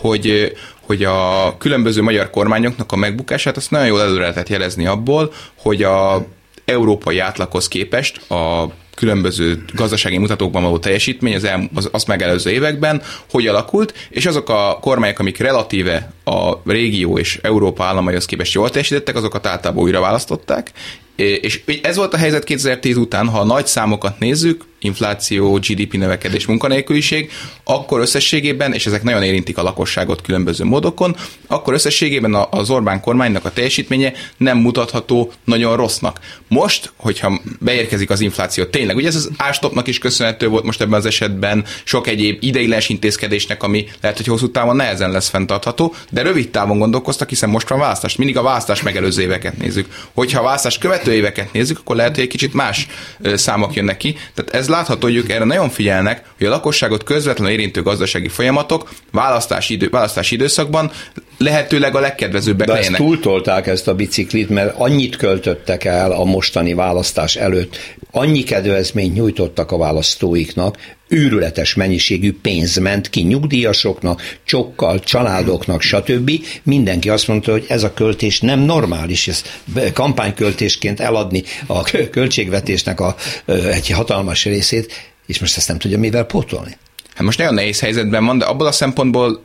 hogy a különböző magyar kormányoknak a megbukását azt nagyon jól előre lehetett jelezni abból, hogy a európai átlaghoz képest a különböző gazdasági mutatókban való teljesítmény az azt megelőző években hogy alakult, és azok a kormányok, amik relatíve a régió és Európa államaihoz képest jól teljesítettek, azokat általában újra választották, és ez volt a helyzet 2010 után, ha a nagy számokat nézzük, infláció, GDP növekedés, munkanélküliség, akkor összességében, és ezek nagyon érintik a lakosságot különböző módokon, akkor összességében az Orbán kormánynak a teljesítménye nem mutatható nagyon rossznak. Most, hogyha beérkezik az infláció, tényleg, ugye ez az ástopnak is köszönhető volt most ebben az esetben, sok egyéb ideiglenes intézkedésnek, ami lehet, hogy hosszú távon nehezen lesz fenntartható, de rövid távon gondolkoztak, hiszen most van választás. Mindig a választás megelőző éveket nézzük. Hogyha a választás követő éveket nézzük, akkor lehet, hogy egy kicsit más számok jönnek ki. Tehát ez látható, hogy ők erre nagyon figyelnek, hogy a lakosságot közvetlenül érintő gazdasági folyamatok választási időszakban lehetőleg a legkedvezőbbek legyenek. De ezt túltolták ezt a biciklit, mert annyit költöttek el a mostani választás előtt, annyi kedvezményt nyújtottak a választóiknak, őrületes mennyiségű pénz ment ki nyugdíjasoknak, csokkal, családoknak, stb. Mindenki azt mondta, hogy ez a költés nem normális, ez kampányköltésként eladni a költségvetésnek egy hatalmas részét, és most ezt nem tudja mivel pótolni. Hát most nagyon nehéz helyzetben van, de abból a szempontból,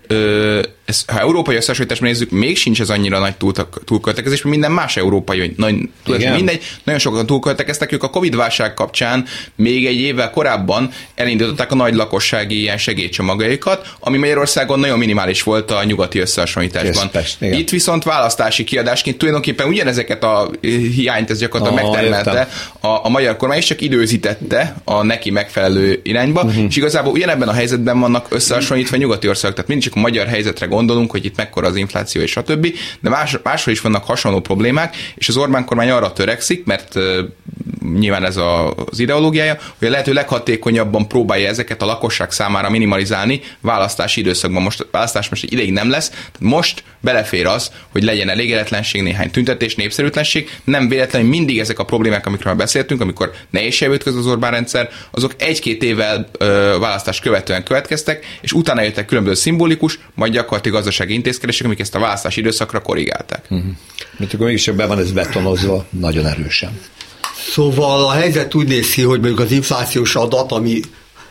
ha európai összehasonlításban nézzük, még sincs ez annyira nagy túlköltekezés, mert minden más európai mindegy, nagyon sokan túlköltekeztek, ők a Covid-válság kapcsán még egy évvel korábban elindították a nagy lakossági ilyen segélycsomagjaikat, ami Magyarországon nagyon minimális volt a nyugati összehasonlításban. Itt viszont választási kiadásként tulajdonképpen ugyanezeket a hiányt ez gyakorlatilag megtermelte a magyar kormány, és csak időzítette a neki megfelelő irányba, és igazából ugyanebben a helyzetben vannak összehasonlítva nyugati országok, tehát mindig csak a magyar helyzetre gondolunk, hogy itt mekkora az infláció és stb., de máshol is vannak hasonló problémák, és az Orbán kormány arra törekszik, mert nyilván ez az ideológiája, hogy a lehető leghatékonyabban próbálja ezeket a lakosság számára minimalizálni választási időszakban. Most választás most egy ideig nem lesz, most belefér az, hogy legyen elégedetlenség, néhány tüntetés, népszerűtlenség. Nem véletlenül mindig ezek a problémák, amikről beszéltünk, amikor nehézségbe ütköz az Orbán rendszer, azok 1-2 évvel választás követően következtek, és utána jöttek különböző szimbolikus, majd gyakorlatilag gazdasági intézkedések, amik ezt a választási időszakra korrigálták. Mert akkor mégiscsak be van ez betonozva nagyon erősen. Szóval a helyzet úgy néz ki, hogy mondjuk az inflációs adat, ami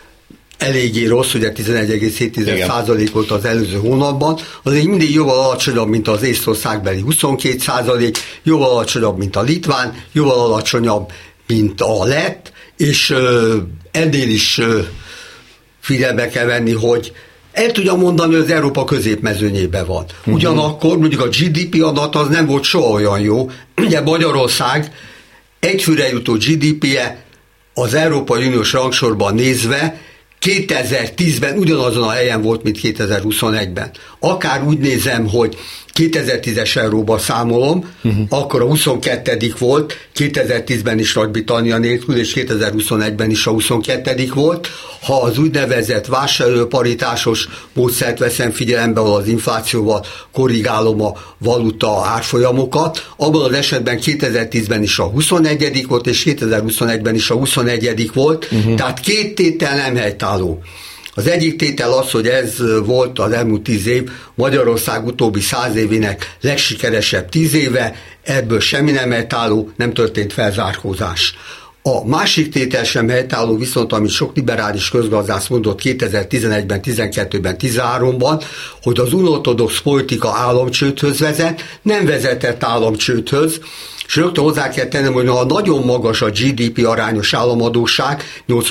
eléggé rossz, ugye 11,7% volt az előző hónapban, az még mindig jóval alacsonyabb, mint az észtországbeli 22%, jóval alacsonyabb, mint a litván, jóval alacsonyabb, mint a lett, és ennél is figyelme kell venni, hogy el tudjam mondani, hogy az Európa középmezőnyében van. Ugyanakkor mondjuk a GDP adat az nem volt soha olyan jó. Ugye Magyarország egyfőre jutó GDP-je az Európai Uniós rangsorban nézve 2010-ben ugyanazon a helyen volt, mint 2021-ben. Akár úgy nézem, hogy 2010-es euróba számolom, akkor a 22. volt, 2010-ben is Nagy-Britannia nélkül, és 2021-ben is a 22. volt. Ha az úgynevezett vásárlóparitásos módszert veszem figyelembe, ahol az inflációval korrigálom a valuta árfolyamokat, abban az esetben 2010-ben is a 21. volt, és 2021-ben is a 21. volt, tehát 2 tétel nem helytálló. Az egyik tétel az, hogy ez volt az elmúlt 10 év Magyarország utóbbi 100 évének legsikeresebb 10 éve, ebből semmi nem helytálló, nem történt felzárkózás. A másik tétel sem helytálló, viszont amit sok liberális közgazdász mondott 2011-ben, 12-ben, 13-ban, hogy az unortodox politika államcsődhöz vezet, nem vezetett államcsődhöz, és rögtön hozzá kell tennem, hogy ha nagyon magas a GDP arányos államadósság,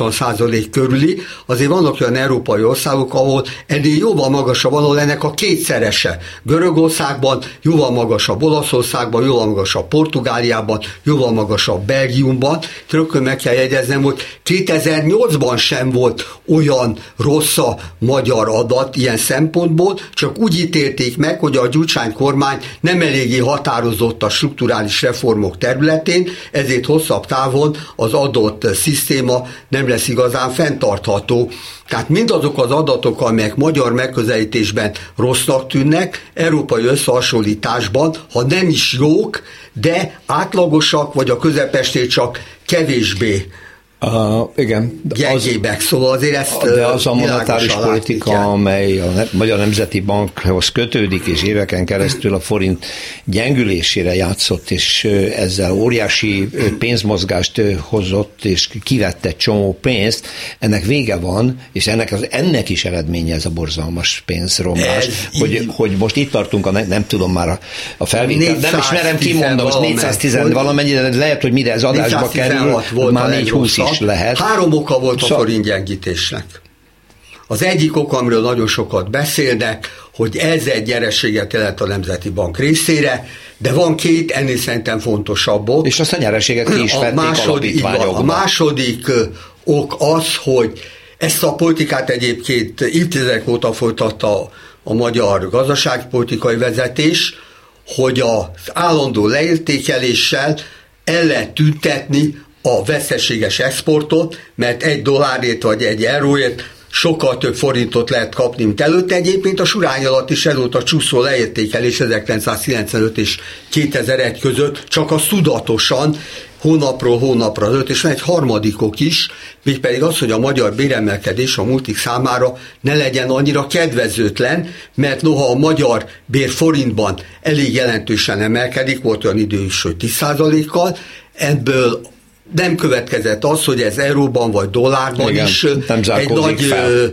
80% körüli, azért vannak olyan európai országok, ahol ennél jóval magasabb van, ahol ennek a kétszerese. Görögországban, jóval magasabb Olaszországban, jóval magasabb Portugáliában, jóval magasabb Belgiumban. Rögtön meg kell jegyeznem, hogy 2008-ban sem volt olyan rossz a magyar adat ilyen szempontból, csak úgy ítélték meg, hogy a Gyurcsány kormány nem eléggé határozott a strukturális reformok területén, ezért hosszabb távon az adott szisztéma nem lesz igazán fenntartható. Tehát mindazok az adatok, amelyek magyar megközelítésben rossznak tűnnek, európai összehasonlításban, ha nem is jók, de átlagosak, vagy a közepesnél csak kevésbé igen. gyengébbek, szóval azért ezt de az a monetáris politika, amely a Magyar Nemzeti Bankhoz kötődik, és éveken keresztül a forint gyengülésére játszott, és ezzel óriási pénzmozgást hozott, és kivette csomó pénzt, ennek vége van, és ennek is eredménye ez a borzalmas pénzromlás, hogy most itt tartunk, nem tudom már a felvétel, nem is merem kimondani, most 410 valamennyi, de lehet, hogy mire ez adásba kerül, már 420 is lehet. 3 oka volt a forint gyengítésnek. Az egyik ok, amiről nagyon sokat beszélnek, hogy ez egy nyereséget jelent a Nemzeti Bank részére, de van 2 ennél szerintem fontosabb ok. És azt a nyereséget ki is vették alapítványokba. A második ok az, hogy ezt a politikát egyébként évtizedek óta folytatta a magyar gazdaságpolitikai vezetés, hogy az állandó leértékeléssel el lehet tüntetni a veszteséges exportot, mert $1 vagy €1 sokkal több forintot lehet kapni, mint előtte. Egyébként a Surány alatt is ez volt a csúszó leértékelés 1995 és 2001 között, csak az tudatosan hónapról hónapra nőtt, és van egy harmadik ok is, mégpedig az, hogy a magyar béremelkedés a multik számára ne legyen annyira kedvezőtlen, mert noha a magyar bér forintban elég jelentősen emelkedik, volt olyan idő is, hogy 10%-kal, ebből nem következett az, hogy ez euróban vagy dollárban is egy nagy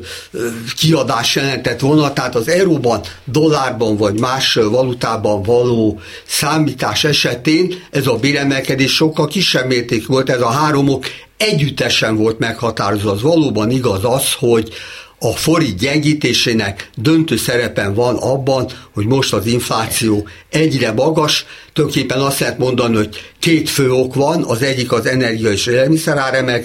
kiadás jelentett volna, tehát az euróban, dollárban vagy más valutában való számítás esetén ez a béremelkedés sokkal kisebb mértékű volt, ez a 3 ok együttesen volt meghatározva. Az valóban igaz az, hogy a forint gyengítésének döntő szerepen van abban, hogy most az infláció egyre magas. Tulajdonképpen azt lehet mondani, hogy két fő ok van, az egyik az energia és élelmiszer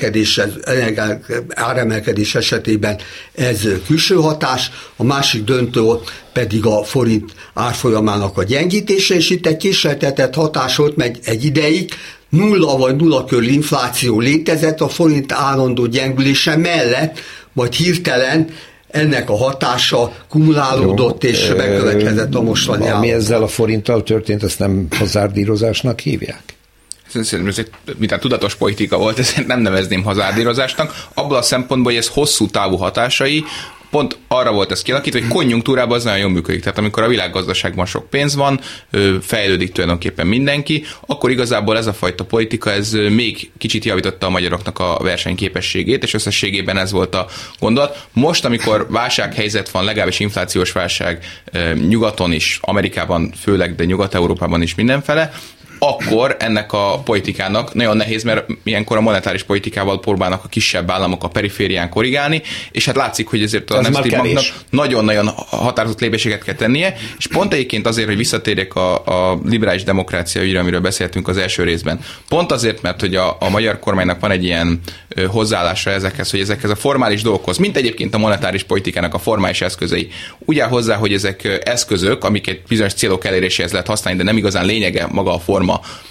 áremelkedés esetében ez külső hatás, a másik döntő ok pedig a forint árfolyamának a gyengítése, és itt egy késleltetett hatás volt, mert egy ideig nulla vagy nulla körül infláció létezett a forint állandó gyengülése mellett, majd hirtelen ennek a hatása kumulálódott, és bekövetkezett a mostani állapot. Ami ezzel a forinttal történt, ezt nem hazárdírozásnak hívják? Szerintem ez egy minden tudatos politika volt, ezt nem nevezném hazárdírozásnak, abból a szempontból, hogy ez hosszú távú hatásai, pont arra volt ez kialakítva, hogy konjunktúrában az nagyon jól működik. Tehát amikor a világgazdaságban sok pénz van, fejlődik tulajdonképpen mindenki, akkor igazából ez a fajta politika, ez még kicsit javította a magyaroknak a versenyképességét, és összességében ez volt a gondolat. Most, amikor válsághelyzet van, legalábbis inflációs válság nyugaton is, Amerikában főleg, de Nyugat-Európában is mindenfele, akkor ennek a politikának nagyon nehéz, mert ilyenkor a monetáris politikával próbálnak a kisebb államok a periférián korrigálni, és hát látszik, hogy ezért a Nemzeti Banknak nagyon-nagyon határozott lépéseket kell tennie, és pont egyébként azért, hogy visszatérjek a liberális demokrácia ügyre, amiről beszéltünk az első részben. Pont azért, mert hogy a magyar kormánynak van egy ilyen hozzáállása ezekhez, hogy ezekhez a formális dolgokhoz, mint egyébként a monetáris politikának a formális eszközei, úgy áll hozzá, hogy ezek eszközök, amiket bizonyos célok eléréséhez lehet használni, de nem igazán lényege maga a forma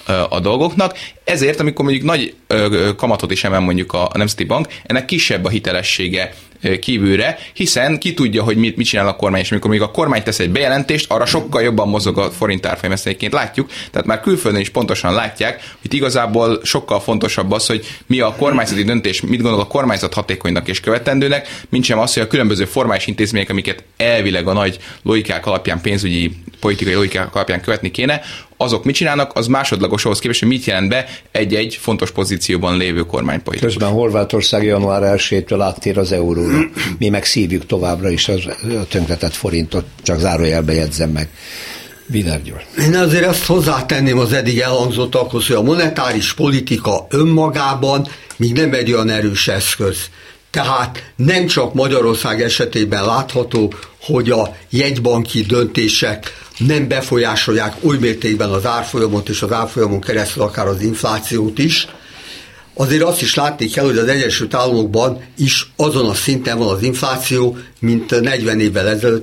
a dolgoknak. Ezért, amikor mondjuk nagy kamatot is emel mondjuk a Nemzeti Bank, ennek kisebb a hitelessége kívülre, hiszen ki tudja, hogy mit csinál a kormány, és amikor még a kormány tesz egy bejelentést, arra sokkal jobban mozog a forint árfolyam, ezt egyébként látjuk, tehát már külföldön is pontosan látják, hogy igazából sokkal fontosabb az, hogy mi a kormányzati döntés, mit gondol a kormányzat hatékonynak és követendőnek, mint sem az, hogy a különböző formális intézmények, amiket elvileg a nagy logikák alapján, pénzügyi, politikai logikák alapján követni kéne, azok mit csinálnak, az másodlagos ahhoz képest, hogy mit jelent be egy-egy fontos pozícióban lévő kormánypolitikus. Közben Horvátország január 1-től áttér az euróra. Mi meg szívjuk továbbra is a tönkretett forintot, csak zárójelbe jegyzem meg. Vidár György. Én azért ezt hozzátenném az eddig elhangzottakhoz, hogy a monetáris politika önmagában még nem egy olyan erős eszköz. Tehát nem csak Magyarország esetében látható, hogy a jegybanki döntések nem befolyásolják oly mértékben az árfolyamot, és az árfolyamon keresztül akár az inflációt is. Azért azt is látni kell, hogy az Egyesült Államokban is azon a szinten van az infláció, mint 40 évvel ezelőtt,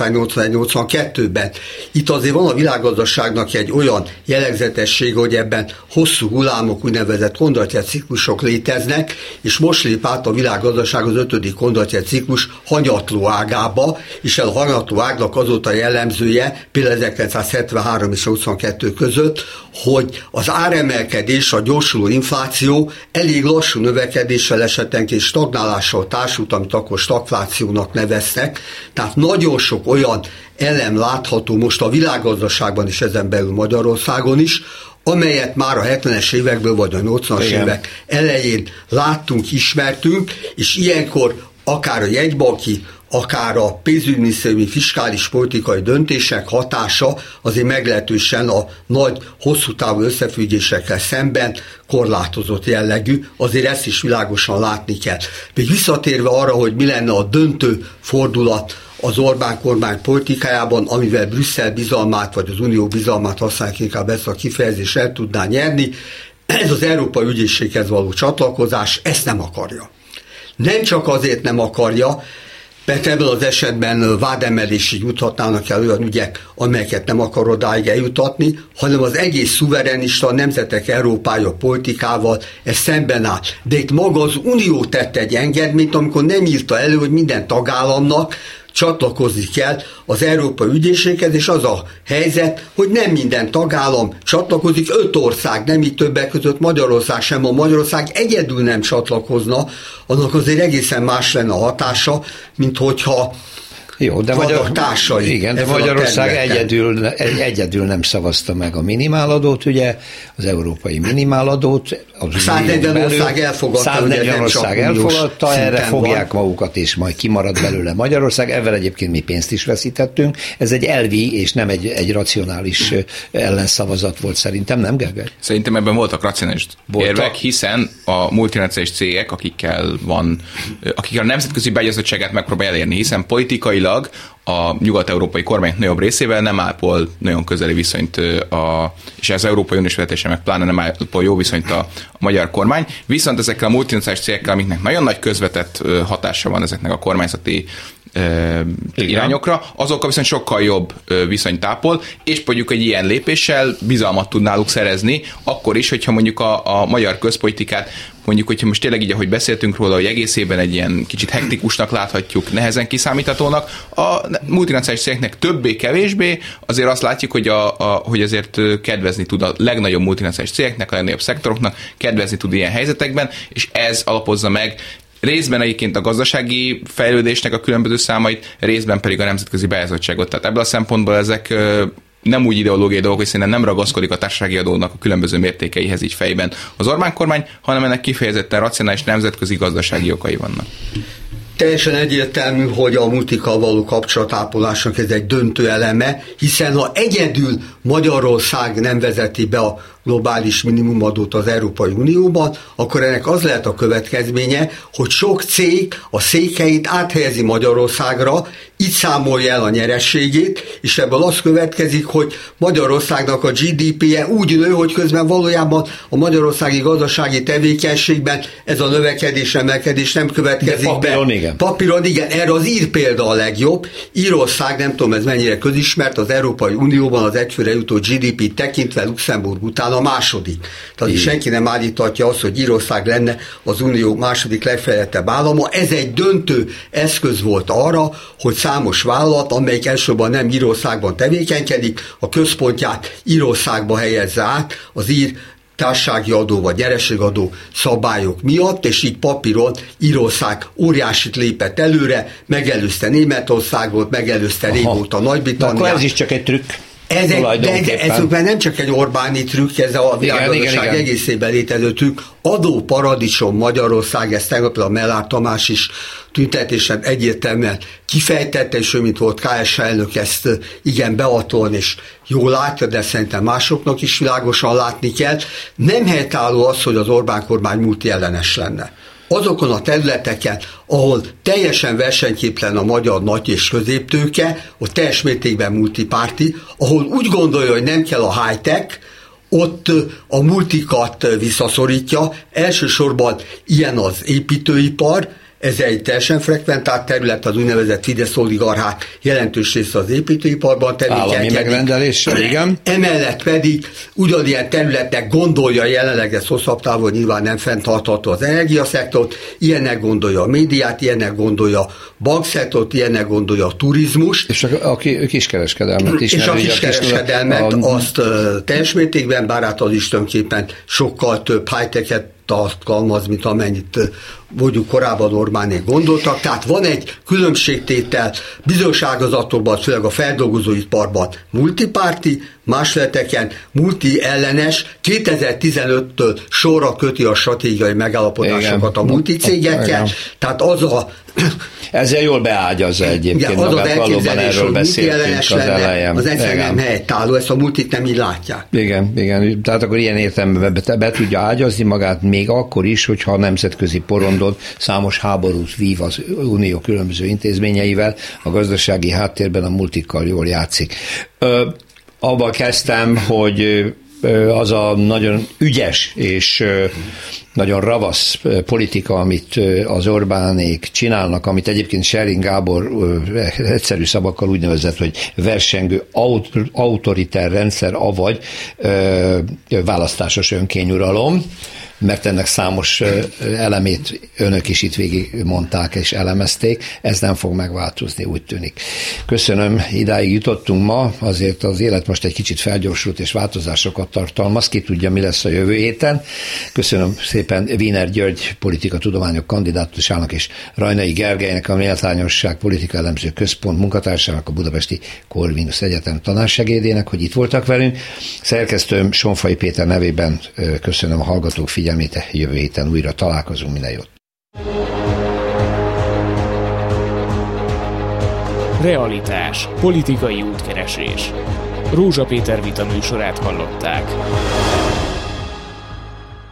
1981-82-ben. Itt azért van a világgazdaságnak egy olyan jellegzetessége, hogy ebben hosszú hullámok, úgynevezett Kondratjev ciklusok léteznek, és most lép át a világgazdaság az 5. Kondratjev ciklus hanyatló ágába, és a hanyatló ágnak azóta jellemzője, például 1973 és 82 között, hogy az áremelkedés, a gyorsuló infláció elég lassú növekedéssel, esetenként stagnálással társult, amit akkor stagflációnak neveztek. Tehát nagyon sok olyan elem látható most a világgazdaságban és ezen belül Magyarországon is, amelyet már a 70-es évekből vagy a 80-as évek elején láttunk, ismertünk, és ilyenkor akár a jegybanki, akár a pénzügyminisztériumi fiskális politikai döntések hatása azért meglehetősen a nagy, hosszú távú összefüggésekkel szemben korlátozott jellegű, azért ezt is világosan látni kell. Még visszatérve arra, hogy mi lenne a döntő fordulat az Orbán kormány politikájában, amivel Brüsszel bizalmát, vagy az Unió bizalmát, használják inkább ezt a kifejezést, el tudná nyerni, ez az Európai Ügyészséghez való csatlakozás ezt nem akarja. Nem csak azért nem akarja, mert ebben az esetben vádemelésig juthatnának el olyan ügyek, amelyeket nem akar odáig eljutatni, hanem az egész szuverenista nemzetek Európája politikával ez szemben áll. De itt maga az Unió tette egy engedményt, amikor nem írta elő, hogy minden tagállamnak csatlakozni kell az Európai Ügyészséghez, és az a helyzet, hogy nem minden tagállam csatlakozik, 5 ország, nem így többek között Magyarország sem, a Magyarország egyedül nem csatlakozna, annak azért egészen más lenne a hatása, mint hogyha Jó, de vannak társai. Igen, de Magyarország egyedül nem szavazta meg a minimáladót, ugye, az európai minimáladót. 140 ország elfogadta. 140 ország elfogadta, erre fogják magukat, és majd kimarad belőle Magyarország. Ezzel egyébként mi pénzt is veszítettünk. Ez egy elvi, és nem egy racionális ellenszavazat volt szerintem, nem, Gergely? Szerintem ebben voltak racionális érvek, hiszen a multinacionális cégek, akikkel a nemzetközi beágyazottságát megpróbál elérni, hiszen politikailag a nyugat-európai kormányok nagyobb részével nem ápol nagyon közeli viszonyt, és az Európai Uniós vezetése meg pláne nem ápol jó viszonyt a magyar kormány, viszont ezekkel a multinacionális cégekkel, amiknek nagyon nagy közvetett hatása van ezeknek a kormányzati irányokra, azokkal viszont sokkal jobb viszonyt ápol, és mondjuk egy ilyen lépéssel bizalmat tud náluk szerezni, akkor is, hogyha mondjuk a magyar közpolitikát, mondjuk, hogyha most tényleg így, ahogy beszéltünk róla, hogy egészében egy ilyen kicsit hektikusnak láthatjuk, nehezen kiszámíthatónak, a multinacionális cégeknek többé-kevésbé azért azt látjuk, hogy azért kedvezni tud a legnagyobb multinacionális cégeknek, a legnagyobb szektoroknak, kedvezni tud ilyen helyzetekben, és ez alapozza meg részben egyébként a gazdasági fejlődésnek a különböző számait, részben pedig a nemzetközi beágyazottságot. Tehát ebből a szempontból ezek nem úgy ideológiai dolgok, hogy szerintem nem ragaszkodik a társasági adónak a különböző mértékeihez így fejben az Orbán kormány, hanem ennek kifejezetten racionális nemzetközi gazdasági okai vannak. Teljesen egyértelmű, hogy a multikkal való kapcsolatápolásnak ez egy döntő eleme, hiszen ha egyedül Magyarország nem vezeti be a globális minimumadót az Európai Unióban, akkor ennek az lehet a következménye, hogy sok cég a székhelyét áthelyezi Magyarországra, így számolja el a nyerességét, és ebből az következik, hogy Magyarországnak a GDP-je úgy nő, hogy közben valójában a magyarországi gazdasági tevékenységben ez a növekedés, emelkedés nem következik papíron, be. Igen. Papíron igen, erre az ír példa a legjobb. Írország, nem tudom ez mennyire közismert, az Európai Unióban az egyfőre jutó GDP tekintve Luxemburg után a második. Tehát senki nem állíthatja azt, hogy Írország lenne az Unió második legfejlettebb állama. Ez egy döntő eszköz volt arra, hogy számos vállalat, amelyik elsősorban nem Írországban tevékenykedik, a központját Írországba helyezze át az ír társasági adó vagy nyereségadó szabályok miatt, és így papíron Írország óriásit lépett előre, megelőzte Németországot, megelőzte régóta Nagy-Britanniát. Akkor ez is csak egy trükk. Ez nem csak egy Orbáni trükk, ez a világgazdaság egészében létező trükk. Adóparadicsom Magyarország, ezt tegnap a Mellár Tamás is tüntetésen egyértelműen kifejtette, és ő, mint volt KSH elnök, ezt igen beaton, és jól látja, de szerintem másoknak is világosan látni kell. Nem helytálló az, hogy az Orbán kormány multiellenes lenne. Azokon a területeken, ahol teljesen versenyképtelen a magyar nagy és középtőke, ott teljes mértékben multipárti, ahol úgy gondolja, hogy nem kell a high-tech, ott a multikat visszaszorítja, elsősorban ilyen az építőipar, ez egy teljesen frekventált terület, az úgynevezett Fidesz oligarchák jelentős része az építőiparban tevékenykedik. Állami megrendeléssel, igen. Emellett pedig ugyanilyen területnek gondolja jelenleg, ez hosszabb távon nyilván nem fenntartható az energiaszektort, ilyennek gondolja a médiát, ilyennek gondolja a bankszektort, ilyennek gondolja a turizmust. És a kiskereskedelmet is. És a kiskereskedelmet azt teljes mértékben, bár hát az is tulajdonképpen sokkal több high-tech-et tartalmaz, mint amennyit mondjuk korábban Orbánék gondoltak. Tehát van egy különbségtétel bizonyos ágazatokban, főleg a feldolgozóiparban multipárti, más területeken multi-ellenes, 2015-től sorra köti a stratégiai megállapodásokat a multicégekkel. Tehát az a... Ezzel jól beágyazza egyébként. Igen, az az elképzelés, hogy multi-ellenes lenne, az egyszerűen nem helytálló, ezt a multit nem így látják. Igen. Tehát akkor ilyen értelemben be tudja ágyazni magát még akkor is, hogyha a nemzetközi porondon számos háborút vív az Unió különböző intézményeivel, a gazdasági háttérben a multikkal jól játszik. Abba kezdtem, hogy az a nagyon ügyes és nagyon ravasz politika, amit az Orbánék csinálnak, amit egyébként Schering Gábor egyszerű szavakkal úgy nevezett, hogy versengő autoriter rendszer, avagy választásos önkényuralom. mert ennek számos elemét önök is itt végig mondták és elemezték, ez nem fog megváltozni, úgy tűnik. Köszönöm, idáig jutottunk ma, azért az élet most egy kicsit felgyorsult és változásokat tartalmaz, ki tudja, mi lesz a jövő héten. Köszönöm szépen Wiener György politikatudományok kandidátusának és Rajnai Gergelynek, a Méltányosság Politika Elemző Központ munkatársának, a Budapesti Corvinus Egyetem tanársegédének, hogy itt voltak velünk. Szerkesztőm Sonfai Péter nevében köszönöm a hallgatók figyelmét, jövő héten újra találkozunk, minden jót. Realitás, politikai útkeresés. Rózsa Péter vita műsorát hallották.